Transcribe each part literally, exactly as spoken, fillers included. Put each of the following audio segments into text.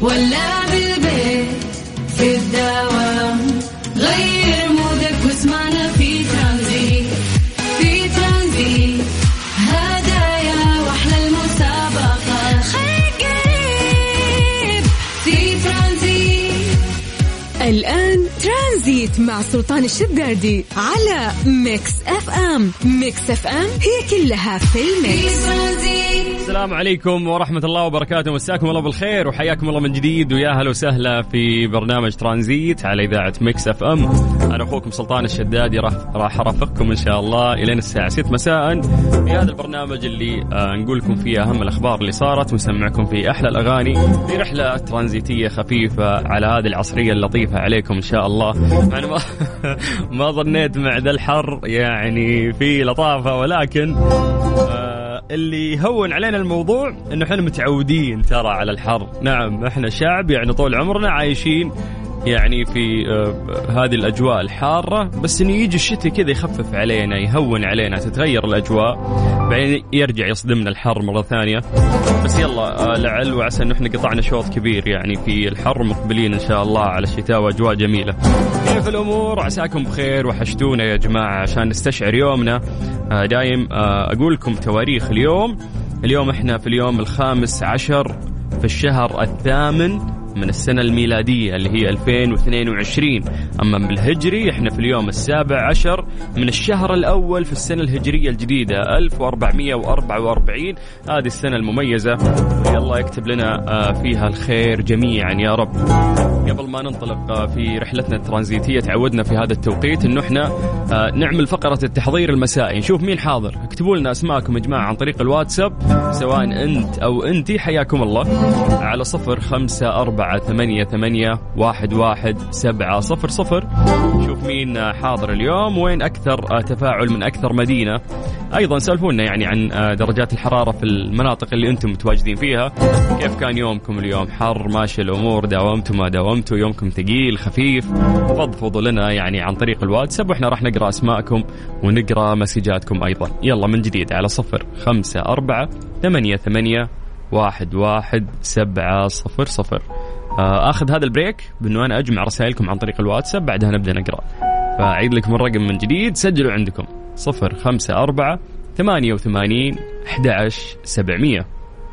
ولا بالبيت في الدوام، غير مودك واسمعنا في ترانزيت. في ترانزيت هدايا واحلى المسابقة، خليك قريب في ترانزيت. الآن ترانزيت مع سلطان الشدادي على ميكس اف ام. ميكس اف ام هي كلها في الميكس. السلام عليكم ورحمة الله وبركاته، مساكم الله بالخير وحياكم الله من جديد، ويا هلا وسهلا في برنامج ترانزيت على إذاعة ميكس اف ام. أنا أخوكم سلطان الشدادي، راح راح أرافقكم إن شاء الله إلى الساعة ستة مساء في هذا البرنامج اللي آه نقول لكم فيه أهم الأخبار اللي صارت ونسمعكم فيه أحلى الأغاني في رحلة ترانزيتية خفيفة على هذه العصرية اللطيفة عليكم إن شاء الله. يعني ما ما ظنيت مع ذا الحر يعني في لطافة، ولكن آه اللي يهون علينا الموضوع انه احنا متعودين ترى على الحر. نعم احنا شعب يعني طول عمرنا عايشين يعني في آه هذه الأجواء الحارة، بس إنه يجي الشتاء كذا يخفف علينا، يهون علينا، تتغير الأجواء، بعدين يرجع يصدمنا الحر مرة ثانية. بس يلا آه لعل وعسى إنه إحنا قطعنا شوط كبير يعني في الحر، مقبلين إن شاء الله على الشتاء وأجواء جميلة. كيف الأمور؟ عساكم بخير، وحشتونا يا جماعة عشان نستشعر يومنا. آه دايم آه أقول لكم تواريخ اليوم. اليوم إحنا في اليوم الخامس عشر في الشهر الثامن من السنة الميلادية اللي هي ألفين واثنين وعشرين. أما بالهجري إحنا في اليوم السابع عشر من الشهر الأول في السنة الهجرية الجديدة ألف وأربعمائة وأربعة وأربعين. هذه السنة المميزة، يلا يكتب لنا فيها الخير جميعا يا رب. قبل ما ننطلق في رحلتنا الترانزيتية، تعودنا في هذا التوقيت إنه إحنا نعمل فقرة التحضير المسائي، نشوف مين حاضر. اكتبوا لنا أسماءكم يا جماعة عن طريق الواتساب، سواء أنت أو أنتي، حياكم الله، على صفر خمسة أربعة ثمانية ثمانية واحد واحد سبعة صفر صفر. شوف مين حاضر اليوم، وين أكثر تفاعل من أكثر مدينة. أيضا سألفونا يعني عن درجات الحرارة في المناطق اللي أنتم متواجدين فيها. كيف كان يومكم اليوم؟ حر؟ ماشي الأمور؟ داومتوا ما داومتوا؟ يومكم ثقيل خفيف؟ فضفضوا لنا يعني عن طريق الواتساب، وإحنا راح نقرأ أسماءكم ونقرأ مسجاتكم أيضا. يلا من جديد على صفر خمسة أربعة ثمانية ثمانية واحد واحد سبعة صفر صفر. أخذ هذا البريك بأنه أنا أجمع رسائلكم عن طريق الواتساب، بعدها نبدأ نقرأ. فأعيد لكم الرقم من جديد، سجلوا عندكم صفر خمسة أربعة ثمانية وثمانين أحد عشر سبعمية.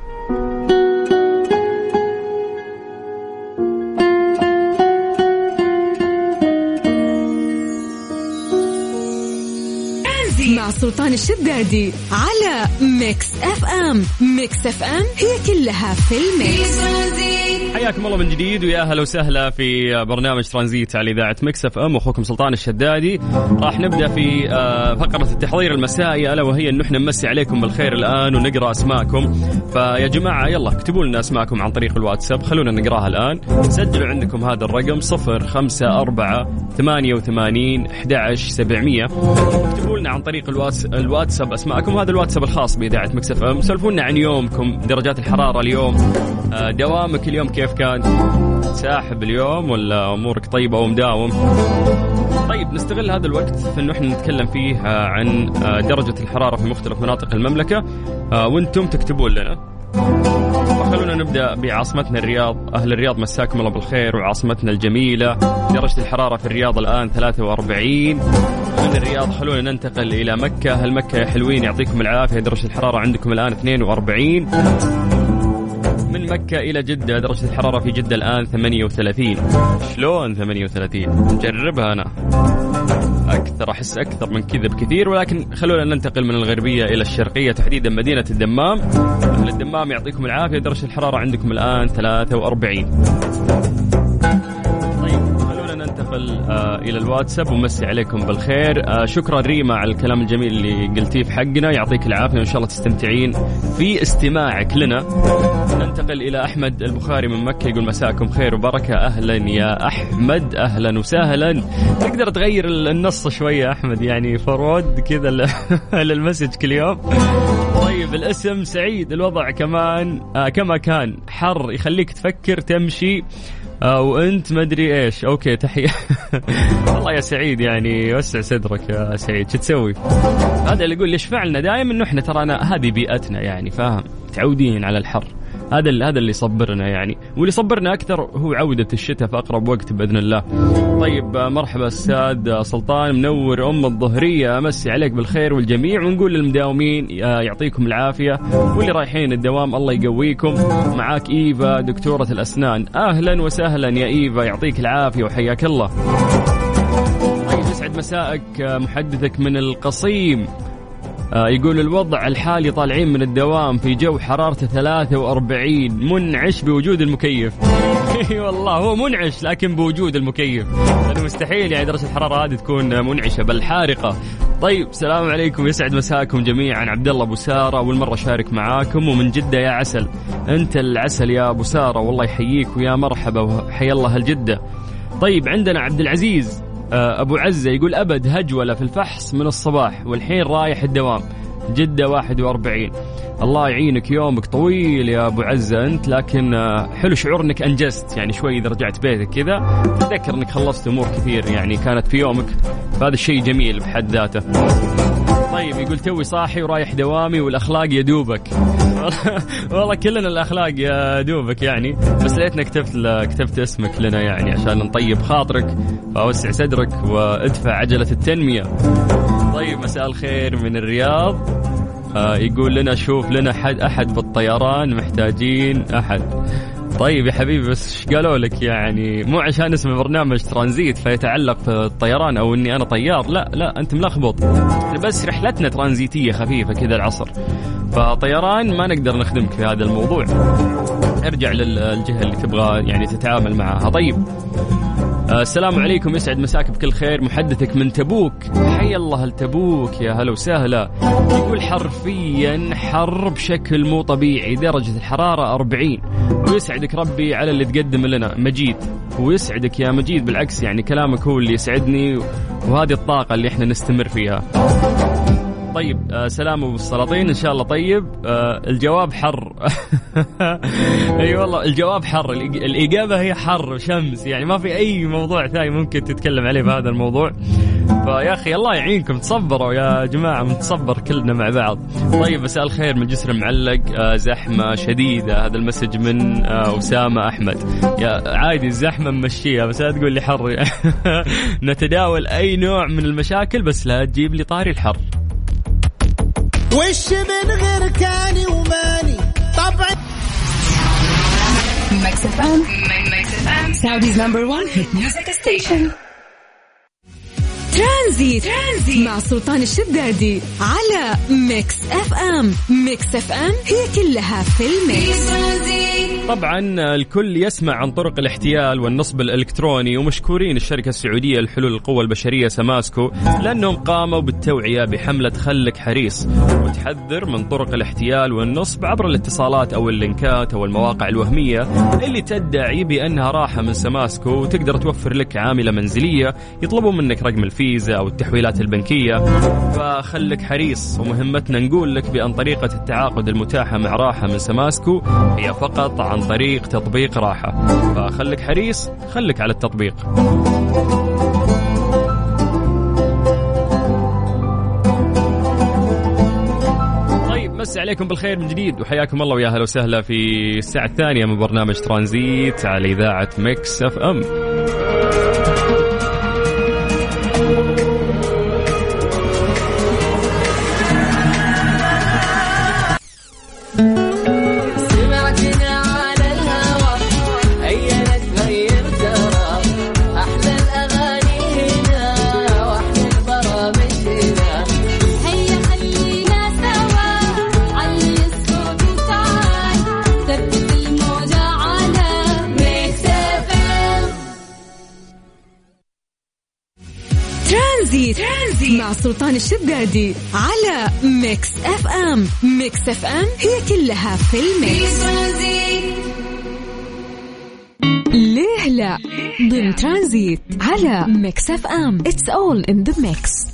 مع سلطان الشدادي على ميكس اف ام. ميكس اف ام هي كلها في الميكس. حياكم الله من جديد، ويا هلا وسهلا في برنامج ترانزيت على إذاعة ميكس اف ام، واخوكم سلطان الشدادي. راح نبدأ في فقرة التحضير المسائي، ألا وهي إنه إحنا نمسي عليكم بالخير الآن ونقرأ أسماءكم. فيا جماعة يلا اكتبوا لنا أسماءكم عن طريق الواتساب، خلونا نقراها الآن. سجلوا عندكم هذا الرقم صفر خمسة أربعة ثمانية وثمانين أحد عشر سبعمية. اكتبوا لنا عن طريق الواتساب أسماءكم، هذا الواتساب الخاص بإذاعة ميكس اف ام. سولفونا عن يومكم، درجات الحرارة اليوم، دوامك اليوم كيف كان؟ ساحب اليوم ولا أمورك طيبة ومداوم؟ طيب نستغل هذا الوقت في أنه إحنا نتكلم فيه عن درجة الحرارة في مختلف مناطق المملكة، وأنتم تكتبون لنا. وخلونا نبدأ بعاصمتنا الرياض. أهل الرياض مساكم الله بالخير، وعاصمتنا الجميلة. درجة الحرارة في الرياض الآن ثلاثة وأربعين. من الرياض خلونا ننتقل إلى مكة. أهل مكة يا حلوين يعطيكم العافية، درجة الحرارة عندكم الآن اثنين وأربعين. من مكة إلى جدة درجة الحرارة في جدة الآن ثمانية وثلاثين. شلون ثمانية وثلاثين؟ نجربها أنا أكثر، أحس أكثر من كذا بكثير، ولكن خلونا ننتقل من الغربية إلى الشرقية، تحديدا مدينة الدمام. أهل الدمام يعطيكم العافية، درجة الحرارة عندكم الآن ثلاثة وأربعين. ننتقل آه إلى الواتساب ومسي عليكم بالخير. آه شكرا ريما على الكلام الجميل اللي قلتيه في حقنا، يعطيك العافية وإن شاء الله تستمتعين في استماعك لنا. ننتقل إلى أحمد البخاري من مكة، يقول مساءكم خير وبركة. أهلا يا أحمد، أهلا وسهلا. تقدر تغير النص شوية أحمد، يعني فرود كذا للمسج كل يوم. طيب الاسم سعيد، الوضع كمان آه كما كان حر يخليك تفكر تمشي وانت مدري ايش. اوكي تحية. والله يا سعيد يعني وسع صدرك يا سعيد، شو تسوي؟ هذا اللي يقول ليش فعلنا دائما انه احنا ترانا هذه بيئتنا، يعني فاهم، تعودين على الحر. هذا هذا اللي يصبرنا يعني، واللي يصبرنا أكثر هو عودة الشتاء في أقرب وقت بإذن الله. طيب مرحبا أستاذ سلطان، منور أم الظهرية، أمسي عليك بالخير والجميع، ونقول للمداومين يعطيكم العافية، واللي رايحين الدوام الله يقويكم. معاك إيفا دكتورة الأسنان، أهلا وسهلا يا إيفا، يعطيك العافية وحياك الله. طيب يسعد مساءك محدثك من القصيم، يقول الوضع الحالي طالعين من الدوام في جو حرارته ثلاثة وأربعين، منعش بوجود المكيف. والله هو منعش لكن بوجود المكيف، لأنه مستحيل يعني درجة الحرارة هذه تكون منعشة بل حارقة. طيب السلام عليكم، يسعد مساءكم جميعا. عبد الله أبو سارة، أول مرة شارك معاكم ومن جدة يا عسل. أنت العسل يا أبو سارة، والله يحييك ويا مرحبا وحيا الله الجدة. طيب عندنا عبد العزيز أبو عزة، يقول أبد هجولة في الفحص من الصباح والحين رايح الدوام، جدة واحد وأربعين. الله يعينك، يومك طويل يا أبو عزة أنت، لكن حلو شعور أنك أنجزت، يعني شوي إذا رجعت بيتك كذا تذكر أنك خلصت أمور كثير يعني كانت في يومك، فهذا الشيء جميل بحد ذاته. طيب يقول توي صاحي ورايح دوامي والأخلاق يدوبك. والله كلنا الأخلاق يدوبك يعني، بس ليتنا كتبت كتبت اسمك لنا يعني عشان نطيب خاطرك وأوسع صدرك وادفع عجلة التنمية. طيب مساء الخير من الرياض، آه يقول لنا شوف لنا حد أحد في الطيران، محتاجين أحد. طيب يا حبيبي بس قالوا لك يعني مو عشان اسم برنامج ترانزيت فيتعلق في الطيران أو أني أنا طيار، لا لا أنت ملخبط، بس رحلتنا ترانزيتية خفيفة كذا العصر، فطيران ما نقدر نخدمك في هذا الموضوع، ارجع للجهة اللي تبغى يعني تتعامل معها. طيب آه السلام عليكم، يسعد مساك بكل خير، محدثك من تبوك، حي الله التبوك يا هلا وسهلا. يقول حرفيا حر بشكل مو طبيعي، درجة الحرارة أربعين، ويسعدك ربي على اللي تقدم لنا مجيد، ويسعدك يا مجيد، بالعكس يعني كلامك هو اللي يسعدني وهذه الطاقة اللي احنا نستمر فيها. طيب آه سلام أبو السلاطين إن شاء الله. طيب آه الجواب حر. أي والله الجواب حر، الإجابة هي حر شمس، يعني ما في أي موضوع ثاني ممكن تتكلم عليه بهذا الموضوع، فيا أخي الله يعينكم، تصبروا يا جماعة، نتصبر كلنا مع بعض. طيب مساء الخير من جسر معلق، آه زحمة شديدة، هذا المسج من آه أسامة أحمد. يا عادي الزحمة ممشيها بس لا تقول لي حر. نتداول أي نوع من المشاكل بس لا تجيب لي طاري الحر. وش من غير كاني وماني طبعا. Mix إف إم Mix إف إم Saudi's number one hit music station. ترانزيت. ترانزيت مع سلطان الشدادي على ميكس اف ام. ميكس اف ام هي كلها في الميكس. طبعا الكل يسمع عن طرق الاحتيال والنصب الإلكتروني، ومشكورين الشركة السعودية لحلول القوى البشرية سماسكو لأنهم قاموا بالتوعية بحملة خلك حريص، وتحذر من طرق الاحتيال والنصب عبر الاتصالات أو اللينكات أو المواقع الوهمية اللي تدعي بأنها راحة من سماسكو وتقدر توفر لك عاملة منزلية يطلبوا منك رقم الفيزا أو التحويلات البنكية. فخلك حريص، ومهمتنا نقول لك بأن طريقة التعاقد المتاحة مع راحة من سماسكو هي فقط عن طريق تطبيق راحة، فخلك حريص، خلك على التطبيق. طيب مسي عليكم بالخير من جديد وحياكم الله ويا هلا وسهلا في الساعة الثانية من برنامج ترانزيت على إذاعة ميكس اف ام. مع سلطان الشدادي على ميكس اف ام. ميكس اف ام هي كلها في الميكس. ليه لا ضمن ترانزيت على ميكس اف ام. It's all in the mix.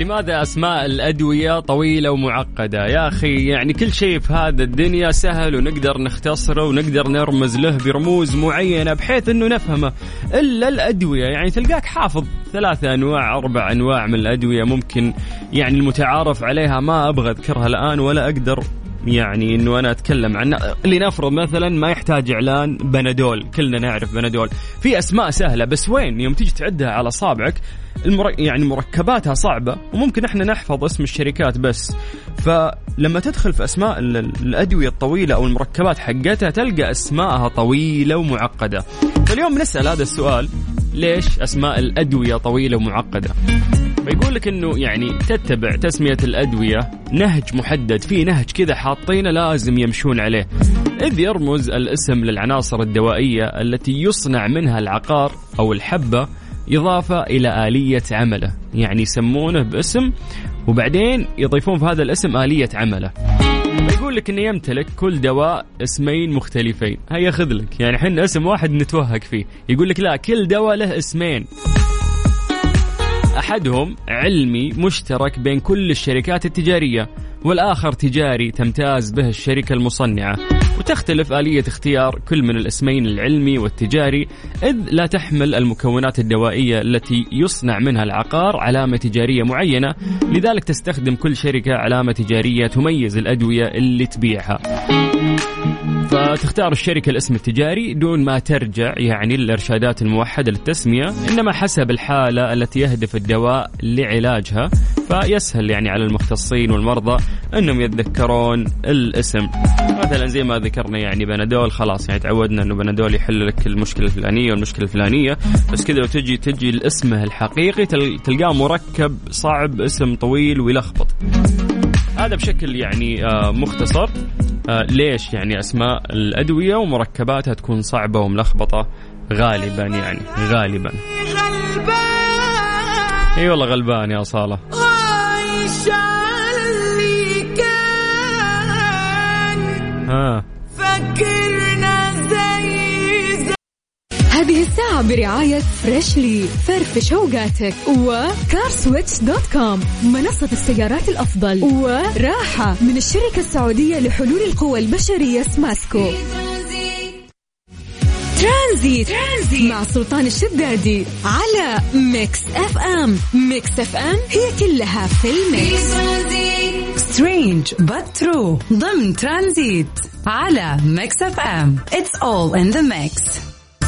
لماذا أسماء الأدوية طويلة ومعقدة؟ يا أخي يعني كل شيء في هذا الدنيا سهل ونقدر نختصره ونقدر نرمز له برموز معينة بحيث أنه نفهمه، إلا الأدوية يعني تلقاك حافظ ثلاثة أنواع أربع أنواع من الأدوية ممكن يعني المتعارف عليها ما أبغى أذكرها الآن ولا أقدر يعني إنه أنا أتكلم عنها. لنفرض مثلا ما يحتاج إعلان بنادول، كلنا نعرف بنادول، في أسماء سهلة بس وين يوم تيجي تعدها على صابعك المر... يعني مركباتها صعبة وممكن احنا نحفظ اسم الشركات بس. فلما تدخل في أسماء الأدوية الطويلة أو المركبات حقتها تلقى أسماءها طويلة ومعقدة. فاليوم نسأل هذا السؤال، ليش أسماء الأدوية طويلة ومعقدة؟ بيقول لك إنه يعني تتبع تسمية الأدوية نهج محدد، في نهج كذا حاطينه لازم يمشون عليه، إذ يرمز الاسم للعناصر الدوائية التي يصنع منها العقار أو الحبة إضافة إلى آلية عمله، يعني يسمونه باسم وبعدين يضيفون في هذا الاسم آلية عمله. يقول لك إنه يمتلك كل دواء اسمين مختلفين. هيا خذ لك يعني حنا اسم واحد نتوهق فيه، يقول لك لا كل دواء له اسمين، أحدهم علمي مشترك بين كل الشركات التجارية والآخر تجاري تمتاز به الشركة المصنعة، وتختلف آلية اختيار كل من الاسمين العلمي والتجاري إذ لا تحمل المكونات الدوائية التي يصنع منها العقار علامة تجارية معينة، لذلك تستخدم كل شركة علامة تجارية تميز الأدوية اللي تبيعها. فتختار الشركة الاسم التجاري دون ما ترجع يعني للإرشادات الموحدة للتسمية، إنما حسب الحالة التي يهدف الدواء لعلاجها، فيسهل يعني على المختصين والمرضى أنهم يتذكرون الاسم. مثلا زي ما ذكرنا يعني بنادول، خلاص يعني تعودنا أنه بنادول يحل لك المشكلة الفلانية والمشكلة الفلانية، بس كذا لو تجي تجي لاسمه الحقيقي تلقاه مركب صعب، اسم طويل ويلخبط. هذا بشكل يعني آه مختصر آه ليش يعني أسماء الأدوية ومركباتها تكون صعبة وملخبطة غالبا، يعني غالبا. اي والله غلبان يا صالة. ها هذه الساعة برعاية فريشلي، فرفش اوقاتك، وكارسويتش دوت كوم منصة السيارات الأفضل، وراحة من الشركة السعودية لحلول القوى البشرية سماسكو. ترانزيت. ترانزيت مع سلطان الشدادي على ميكس اف ام. ميكس اف ام هي كلها في الميكس. سترينج but true ضمن ترانزيت على ميكس اف ام. It's all in the mix.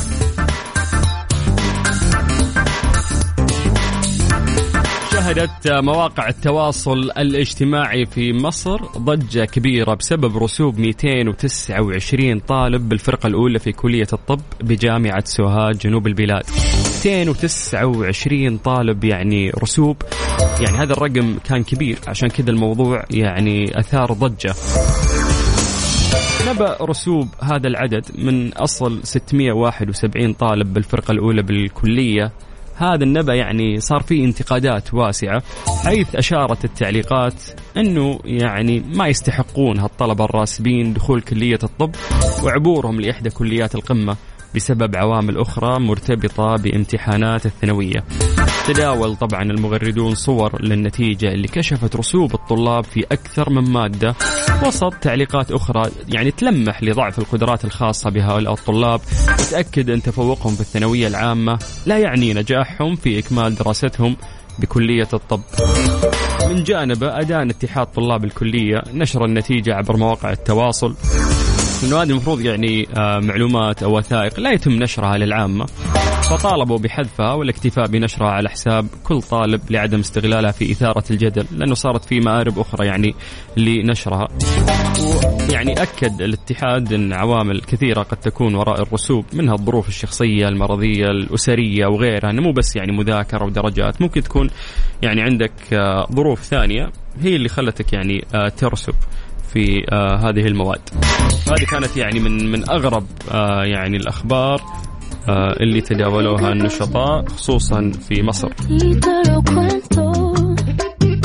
شهدت مواقع التواصل الاجتماعي في مصر ضجة كبيرة بسبب رسوب مئتين وتسعة وعشرين طالب بالفرقة الأولى في كلية الطب بجامعة سوهاج جنوب البلاد. مئتين وتسعة وعشرين طالب يعني رسوب، يعني هذا الرقم كان كبير، عشان كذا الموضوع يعني أثار ضجة. نبأ رسوب هذا العدد من أصل ستمئة وواحد وسبعين طالب بالفرقة الأولى بالكلية. هذا النبأ يعني صار فيه انتقادات واسعة، حيث أشارت التعليقات أنه يعني ما يستحقون هالطلبة الراسبين دخول كلية الطب وعبورهم لإحدى كليات القمة بسبب عوامل أخرى مرتبطة بامتحانات الثانوية. تداول طبعا المغردون صور للنتيجة اللي كشفت رسوب الطلاب في أكثر من مادة، وسط تعليقات أخرى يعني تلمح لضعف القدرات الخاصة بهؤلاء الطلاب، وتأكد أن تفوقهم في الثانوية العامة لا يعني نجاحهم في إكمال دراستهم بكلية الطب. من جانبه أدان اتحاد طلاب الكلية نشر النتيجة عبر مواقع التواصل، إنه هذه المفروض يعني معلومات أو وثائق لا يتم نشرها للعامة، فطالبوا بحذفها والاكتفاء بنشرها على حساب كل طالب لعدم استغلالها في إثارة الجدل، لأنه صارت في مآرب أخرى يعني لنشرها. ويعني أكد الاتحاد أن عوامل كثيرة قد تكون وراء الرسوب، منها الظروف الشخصية المرضية الأسرية وغيرها، مو بس يعني مذاكرة ودرجات، ممكن تكون يعني عندك ظروف ثانية هي اللي خلتك يعني ترسب في آه هذه المواد. هذه كانت يعني من من أغرب آه يعني الأخبار آه اللي تداولوها النشطاء خصوصا في مصر.